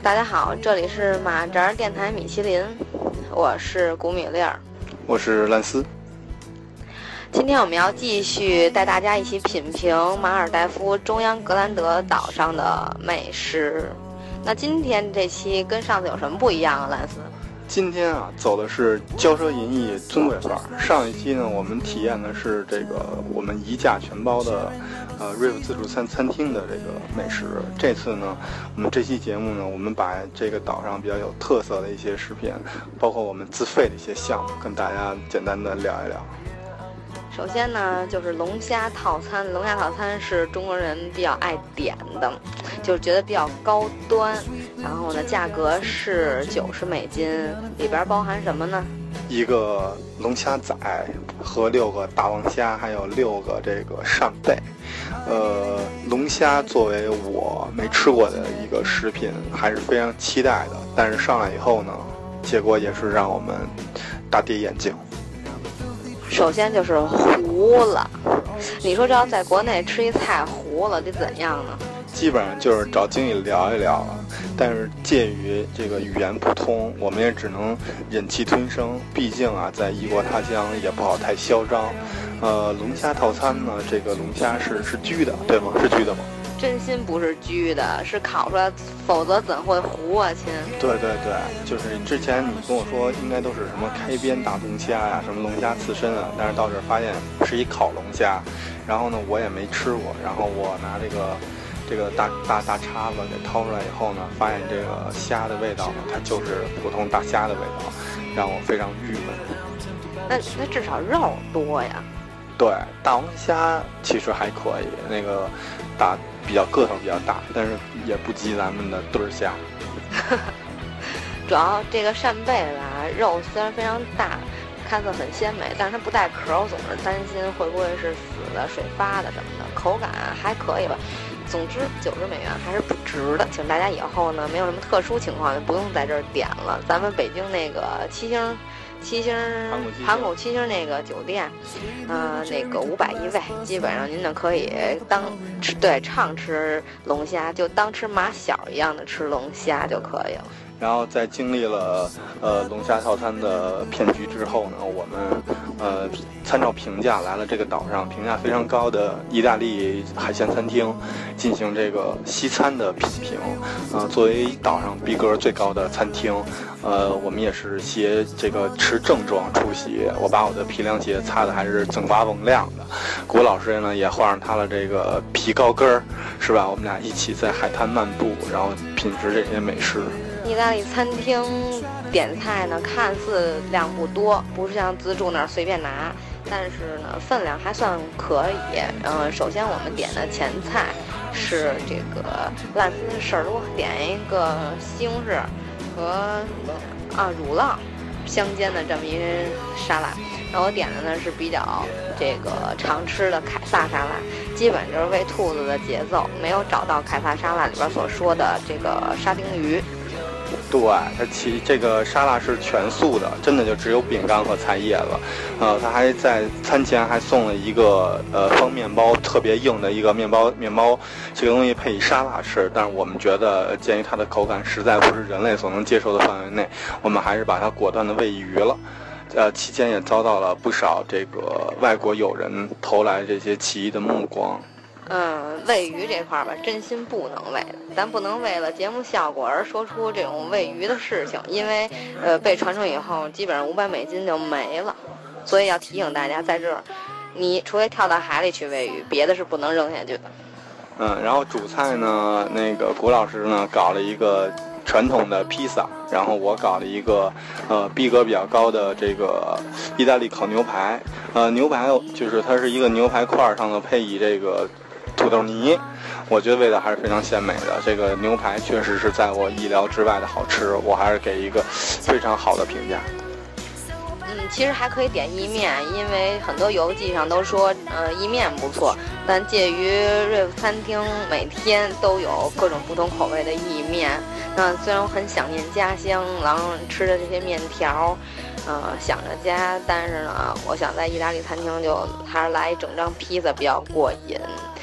大家好，这里是马扎电台米其林，我是古米粒儿， 我是兰斯。 今天我们要继续带大家一起品评马尔代夫中央格兰德岛上的美食。那今天这期跟上次有什么不一样啊，兰斯？ 今天走的是骄奢淫逸尊贵范儿。上一期呢，我们体验的是这个我们一价全包的Rive 自助餐厅的这个美食。这次呢，我们这期节目呢，我们把这个岛上比较有特色的一些食品，包括我们自费的一些项目，跟大家简单的聊一聊。 首先呢，就是龙虾套餐。龙虾套餐是中国人比较爱点的，就是觉得比较高端。然后呢，价格是$90，里边包含什么呢？ 一个龙虾仔和6个大王虾，还有6个这个扇贝。龙虾作为我没吃过的一个食品，还是非常期待的。但是上来以后呢，结果也是让我们大跌眼镜。 首先就是糊了，你说这要在国内吃一菜糊了得怎样呢？ 基本上就是找经理聊一聊了，但是介于这个语言不通，我们也只能忍气吞声。毕竟在异国他乡也不好太嚣张。龙虾套餐呢，这个龙虾是焗的，对吗？是焗的吗？ 真心不是焗的，是烤出来，否则怎会糊啊，亲？ 对，就是之前你跟我说应该都是什么开边大龙虾呀，什么龙虾刺身啊，但是到这儿发现是一烤龙虾，然后呢我也没吃过，然后我拿这个大叉子给掏出来以后呢，发现这个虾的味道呢，它就是普通大虾的味道，让我非常郁闷。 那至少肉多呀。 对，大王虾其实还可以，那个个头比较大，但是也不及咱们的对虾。 主要这个扇贝吧，肉虽然非常大，看似很鲜美，但是它不带壳，我总是担心会不会是死的、水发的什么的。口感还可以吧。总之$90还是不值的，请大家以后呢没有什么特殊情况就不用在这儿点了。咱们北京那个七星盘古七星那个酒店，那个500一位，基本上您呢可以畅吃龙虾，就当吃马小一样的吃龙虾就可以了。 然后在经历了龙虾套餐的骗局之后呢，我们参照评价来了这个岛上评价非常高的意大利海鲜餐厅进行这个西餐的品评。作为岛上逼格最高的餐厅，我们也是这个持正装出席。我把我的皮凉鞋擦的还是锃发锃亮的。谷老师呢也换上他的这个皮高跟儿，是吧？我们俩一起在海滩漫步，然后品质这些美食。 意大利餐厅点菜呢，看似量不多，不是像自助那儿随便拿，但是呢分量还算可以。首先我们点的前菜是这个烂丝事儿多，点一个西红柿和乳酪相间的这么一沙拉。然后我点的呢是比较这个常吃的凯撒沙拉，基本就是喂兔子的节奏，没有找到凯撒沙拉里边所说的这个沙丁鱼。 对，它这个沙拉是全素的，真的就只有饼干和菜叶子。它还在餐前还送了一个方面包，特别硬的一个面包，这个东西配以沙拉吃。但是我们觉得，鉴于它的口感实在不是人类所能接受的范围内，我们还是把它果断的喂鱼了。期间也遭到了不少这个外国友人投来这些奇异的目光。 喂鱼这块吧，真心不能喂，咱不能为了节目效果而说出这种喂鱼的事情，因为被传出以后，基本上$500就没了，所以要提醒大家，在这儿，你除非跳到海里去喂鱼，别的是不能扔下去的。 然后主菜呢，那个谷老师呢搞了一个传统的披萨，然后我搞了一个逼格比较高的这个意大利烤牛排。牛排就是它是一个牛排块上头配以这个土豆泥，我觉得味道还是非常鲜美的。这个牛排确实是在我意料之外的好吃，我还是给一个非常好的评价。 其实还可以点意面，因为很多游记上都说意面不错，但介于瑞福餐厅每天都有各种不同口味的意面。虽然我很想念家乡，然后吃的这些面条，想着家，但是呢，我想在意大利餐厅就还是来一整张披萨比较过瘾。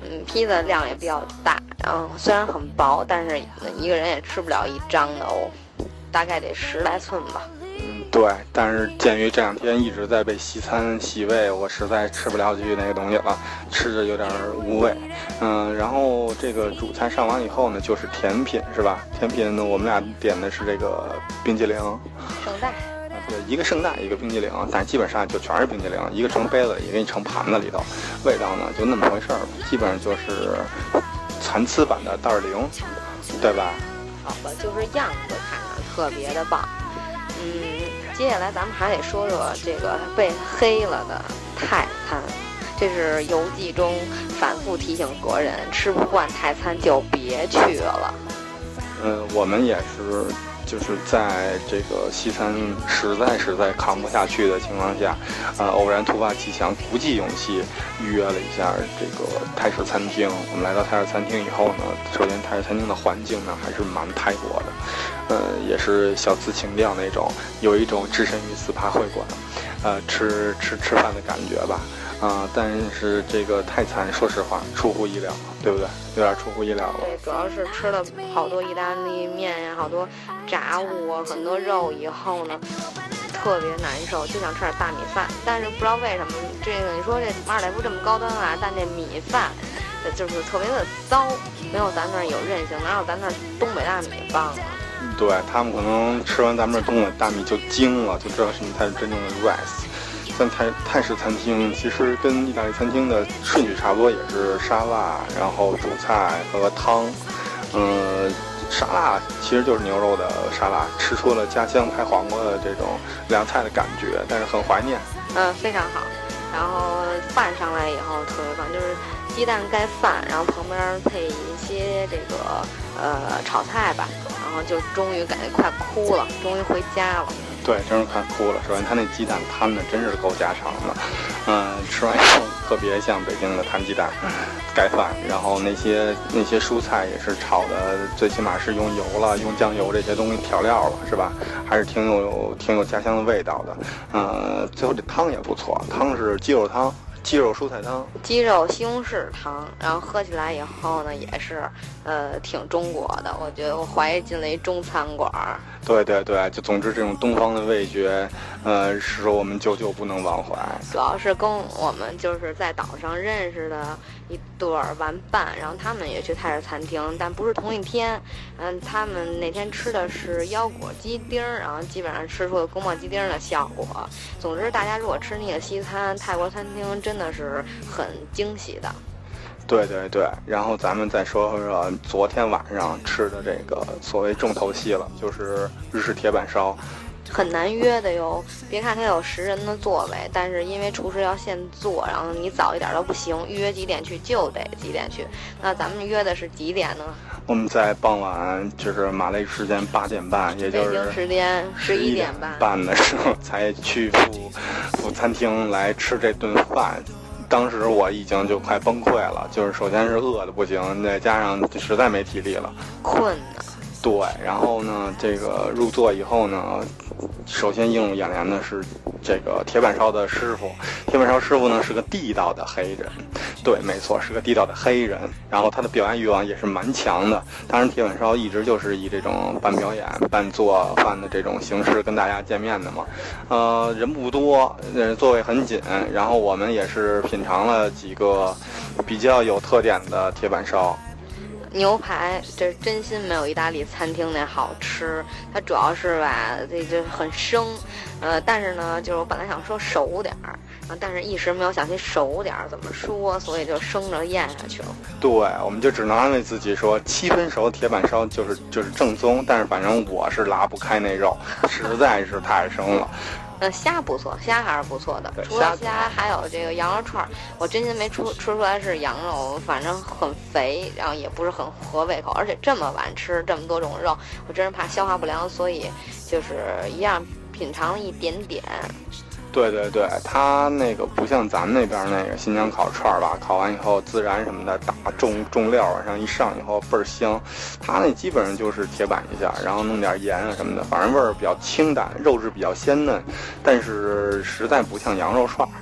披萨量也比较大，然后虽然很薄，但是一个人也吃不了一张的哦，大概得10来寸吧。 对，但是鉴于这2天一直在被西餐洗胃，我实在吃不了去那个东西了，吃着有点无味。然后这个主菜上完以后呢，就是甜品是吧？甜品呢，我们俩点的是这个冰激凌， 圣代。 对，一个圣代，一个冰激凌，但是基本上就全是冰激凌，一个盛杯子，一个给你盛盘子里头，味道呢就那么回事儿，基本上就是残次版的袋儿零，对吧？ 好吧，就是样子看着特别的棒。接下来咱们还得说说这个被黑了的泰餐，这是游记中反复提醒国人，吃不惯泰餐就别去了。 我们也是。就是在这个西餐实在扛不下去的情况下，偶然突发奇想，鼓起勇气预约了一下这个泰式餐厅。我们来到泰式餐厅以后呢，首先泰式餐厅的环境呢还是蛮泰国的，也是小资情调那种，有一种置身于SPA会馆，吃饭的感觉吧。但是这个泰餐说实话出乎意料，对不对？有点出乎意料了。 对，主要是吃了好多意大利面呀，好多炸物啊，很多肉以后呢，特别难受，就想吃点大米饭。但是不知道为什么，这个你说这马尔代夫这么高端啊，但这米饭就是特别的骚，没有咱那儿有韧性，哪有咱那儿东北大米棒啊？ 对，他们可能吃完咱们这东北大米就惊了，就知道什么才是真正的 rice。但泰式餐厅其实跟意大利餐厅的顺序差不多，也是沙拉，然后主菜和汤。沙拉其实就是牛肉的沙拉，吃出了家乡拍黄瓜的这种凉菜的感觉，但是很怀念。 非常好。然后饭上来以后特别棒，就是鸡蛋盖饭，然后旁边配一些这个炒菜吧，然后就终于感觉快哭了，终于回家了。 对，真是快哭了。首先，他那鸡蛋摊的真是够家常的，吃完以后特别像北京的摊鸡蛋盖饭，然后那些蔬菜也是炒的，最起码是用油了，用酱油这些东西调料了，是吧？还是挺有家乡的味道的。最后这汤也不错，汤是鸡肉汤。鸡肉蔬菜汤， 鸡肉西红柿汤，然后喝起来以后呢，也是挺中国的。我觉得我怀疑进了一中餐馆。 对，就总之这种东方的味觉，是我们久久不能忘怀。 主要是跟我们就是在岛上认识的一对玩伴，然后他们也去泰式餐厅，但不是同一天。他们那天吃的是腰果鸡丁，然后基本上吃出了宫保鸡丁的效果。总之，大家如果吃腻了西餐，泰国餐厅真的是很惊喜的。 对，然后咱们再说说昨天晚上吃的这个所谓重头戏了，就是日式铁板烧。 很难约的哟，别看它有10人的座位，但是因为厨师要现做，然后你早一点都不行，预约几点去就得几点去。那咱们约的是几点呢？ 我们在傍晚，就是马来时间8点半，也就是北京时间11点半的时候才去赴餐厅来吃这顿饭。当时我已经就快崩溃了，就是首先是饿的不行，再加上实在没体力了， 困呢。 对，然后呢，这个入座以后呢，首先映入眼帘的是这个铁板烧的师傅。铁板烧师傅呢是个地道的黑人，对，没错，是个地道的黑人。然后他的表演欲望也是蛮强的。当然，铁板烧一直就是以这种半表演、半做饭的这种形式跟大家见面的嘛。人不多，座位很紧。然后我们也是品尝了几个比较有特点的铁板烧。 牛排这真心没有意大利餐厅那好吃，它主要是吧，这就很生，但是呢，就是我本来想说熟点儿，但是一时没有想起熟点儿怎么说，所以就生着咽下去了。对， 我们就只能安慰自己说7分熟的铁板烧就是正宗，但是反正我是拉不开那肉，实在是太生了。 虾不错，虾还是不错的。除了虾，还有这个羊肉串，我真心没吃出来是羊肉，反正很肥，然后也不是很合胃口，而且这么晚吃这么多种肉，我真是怕消化不良，所以就是一样品尝了一点点。 对，它那个不像咱们那边那个新疆烤串吧，烤完以后孜然什么的大重料往上一上以后倍儿香，它那基本上就是铁板一下，然后弄点盐啊什么的，反正味儿比较清淡，肉质比较鲜嫩，但是实在不像羊肉串。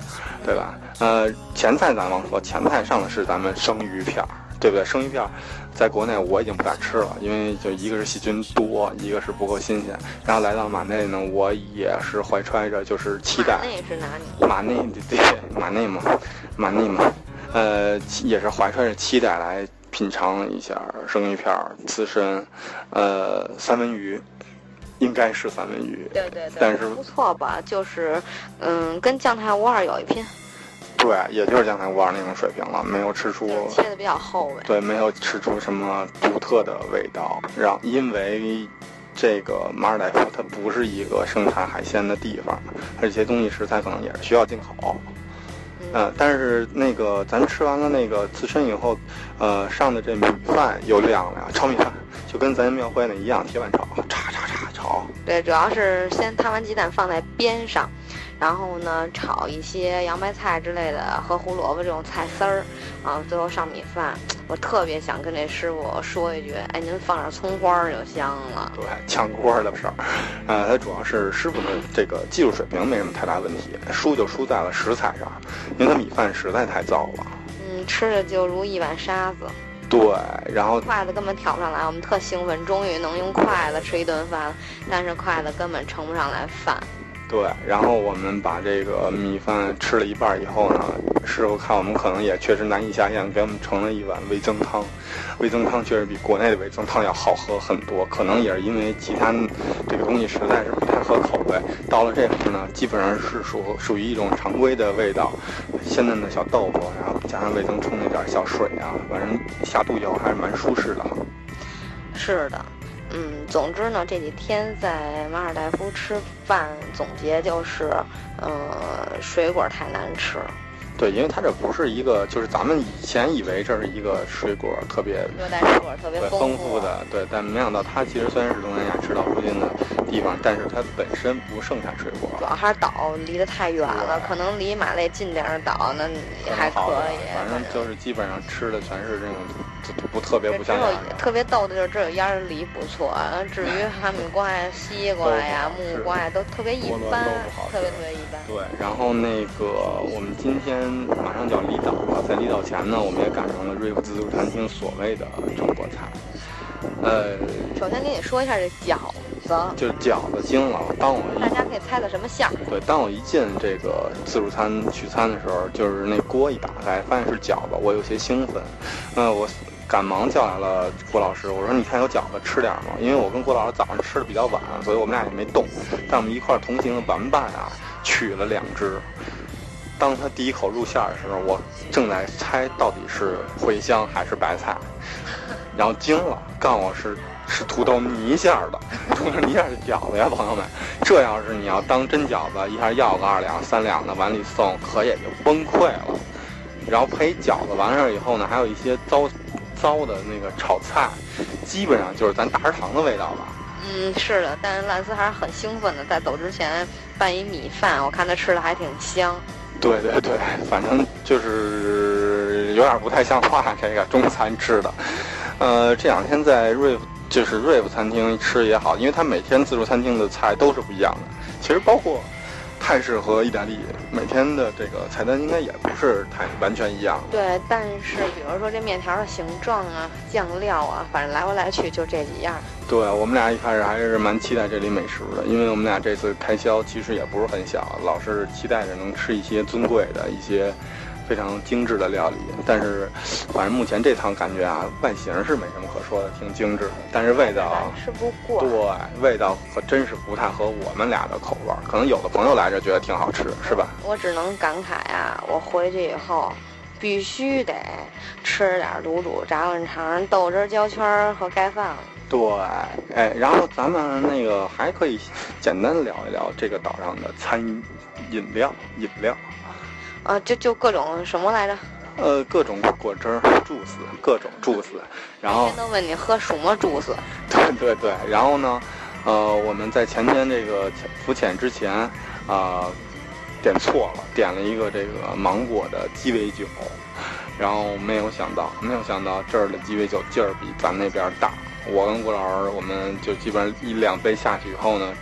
对吧？前菜咱忘说，前菜上的是咱们生鱼片，对不对？生鱼片在国内我已经不敢吃了，因为就一个是细菌多，一个是不够新鲜。然后来到马内呢，我也是怀揣着就是期待。 马内是哪里？ 马内对，马内嘛，也是怀揣着期待来品尝一下生鱼片、刺身，三文鱼。应该是三文鱼， 对， 但是不错吧？就是，跟酱菜五二有一拼。 对，也就是酱菜五二那种水平了，没有吃出切的比较厚呗。 对，没有吃出什么独特的味道。因为这个马尔代夫它不是一个生产海鲜的地方，而且东西食材可能也是需要进口。但是那个咱吃完了那个刺身以后，上的这米饭又亮了，炒米饭就跟咱庙会那一样，铁板炒，叉炒。 对，主要是先摊完鸡蛋放在边上，然后呢炒一些洋白菜之类的和胡萝卜这种菜丝儿，最后上米饭。我特别想跟这师傅说一句，哎，您放点葱花就香了。 对，炝锅的事儿，它主要是师傅的这个技术水平没什么太大问题，输就输在了食材上，因为它米饭实在太糟了。 吃着就如一碗沙子。 对，然后筷子根本挑不上来，我们特兴奋，终于能用筷子吃一顿饭了，但是筷子根本盛不上来饭。 对，然后我们把这个米饭吃了一半以后呢，师傅看我们可能也确实难以下咽，给我们盛了一碗味增汤。味增汤确实比国内的味增汤要好喝很多，可能也是因为其他这个东西实在是不太合口味。到了这会儿呢，基本上是属于一种常规的味道，鲜嫩的小豆腐，然后加上味增冲那点小水啊，反正下肚以后还是蛮舒适的。 是的。总之呢，这几天在马尔代夫吃饭，总结就是，水果太难吃。 对，因为它这不是一个，就是咱们以前以为这是一个水果特别热带水果特别丰富的，对，但没想到它其实虽然是东南亚赤道附近的地方，但是它本身不盛产水果。 主要还是岛离得太远了，可能离马累近点的岛那还可以。 反正就是基本上吃的全是这种不特别不像样。 特别逗的就是这有鸭儿梨不错，至于哈密瓜呀、西瓜呀、木瓜呀都特别一般，特别一般。 对，然后那个我们今天马上就要离岛了，在离岛前呢，我们也赶上了瑞夫自助餐厅所谓的中国菜。 首先跟你说一下这饺子， 就是饺子惊了。 大家可以猜个什么馅儿？ 对，当我一进这个自助餐取餐的时候，就是那锅一打开，发现是饺子，我有些兴奋。我赶忙叫来了郭老师，我说你看有饺子吃点吗？因为我跟郭老师早上吃的比较晚，所以我们俩也没动。但我们一块同行的玩伴啊，取了2只。当他第一口入馅的时候，我正在猜到底是茴香还是白菜，然后惊了，告诉我是土豆泥馅的，土豆泥馅的饺子呀，朋友们，这要是你要当真饺子，一下要个2两3两的往里送，可也就崩溃了。然后配饺子完事儿以后呢，还有一些糟的那个炒菜，基本上就是咱大食堂的味道吧。 是的，但是兰斯还是很兴奋的，在走之前拌一米饭，我看他吃的还挺香。 对，反正就是有点不太像话，这个中餐吃的。这2天在瑞夫餐厅吃也好，因为他每天自助餐厅的菜都是不一样的。其实包括泰式和意大利，每天的这个菜单应该也不是太完全一样。 对，但是比如说这面条的形状啊、酱料啊，反正来回来去就这几样。 对，我们俩一开始还是蛮期待这里美食的，因为我们俩这次开销其实也不是很小，老是期待着能吃一些尊贵的一些非常精致的料理。但是反正目前这趟感觉啊，外形是没什么可说的，挺精致的，但是味道吃不过。 对，味道可真是不太合我们俩的口味，可能有的朋友来这觉得挺好吃，是吧？ 我只能感慨啊，我回去以后必须得吃点卤煮、炸灌肠、豆汁、焦圈和盖饭了。 对，然后咱们那个还可以简单聊一聊这个岛上的饮料。 就各种什么来着？ 各种果汁、juice，各种 juice。然后每天都问你喝什么 juice。 对。然后呢，我们在前天这个浮潜之前，点错了，点了一个这个芒果的鸡尾酒，然后没有想到这儿的鸡尾酒劲儿比咱那边大。我跟郭老师，我们就基本上1-2杯下去以后呢，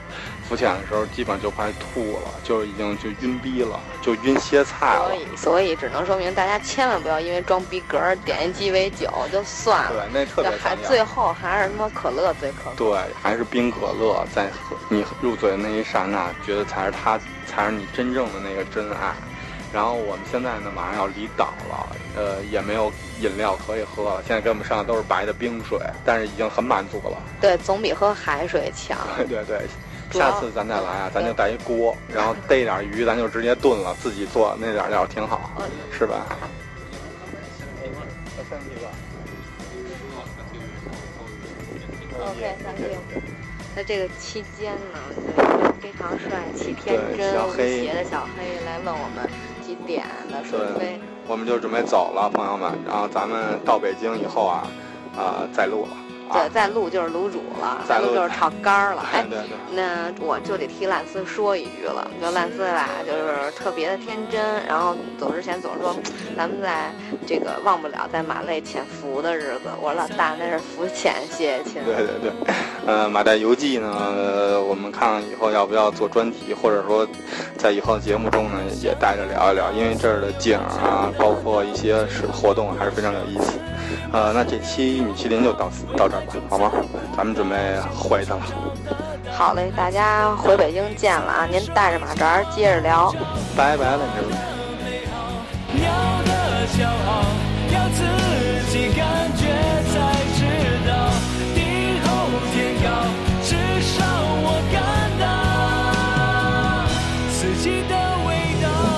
浮潜的时候基本就快吐了，就已经就晕逼了，就晕歇菜了。 所以只能说明大家千万不要因为装逼格点一鸡尾酒就算了。 对，那特别还最后还是什么可乐最可对，还是冰可乐，在你入嘴的那一刹那，觉得才是你真正的那个真爱。然后我们现在呢，马上要离岛了，也没有饮料可以喝了。现在给我们上的都是白的冰水，但是已经很满足了。 对，总比喝海水强。 对，下次咱再来啊，咱就带一锅，然后逮点鱼，咱就直接炖了，自己做那点料挺好，是吧 ？OK， thank you。在这个期间呢，有一个非常帅气、天真无邪的小黑来问我们几点的水飞。 我们就准备走了，朋友们。然后咱们到北京以后啊，再录了。 对，再录就是卤煮了，再录就是炒肝了。 对。 那我就得替烂丝说一句了，就烂丝吧，就是特别的天真，然后走之前总说，咱们在这个忘不了在马累潜伏的日子。我说老大那是浮潜，谢谢亲。 对。马代游记呢，我们看看以后要不要做专题，或者说在以后的节目中呢，也带着聊一聊，因为这儿的景啊，包括一些活动还是非常有意思。那这期米其林就到这儿吧，好吗？咱们准备回去了。 好嘞，大家回北京见了啊！您带着马扎接着聊， 拜拜了，这位。 鸟的骄傲，要自己感觉才知道，地厚天高，至少我感到四季的味道。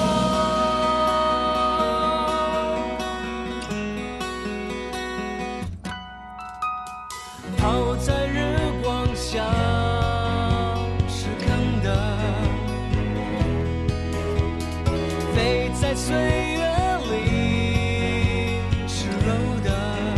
泡在日光下是坑的，飞在岁月里是漏的，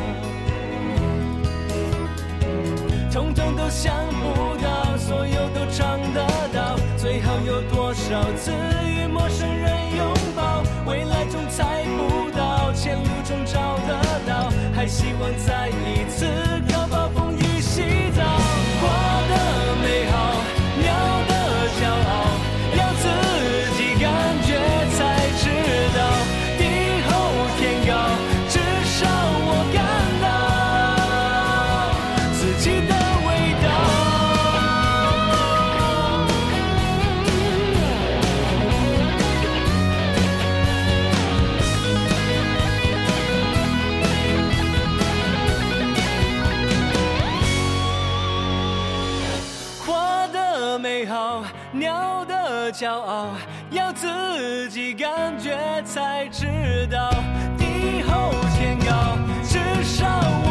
统统都想不到，所有都尝得到，最后有多少次与陌生人拥抱，未来中猜不到，前路中找得到，还希望再一次靠暴风雨洗澡。花的美好，鸟的骄傲，要自己感觉才知道，地厚天高，至少我感到自己的味道。花的美好，鸟的骄傲，要自己感觉才知道，地厚天高，至少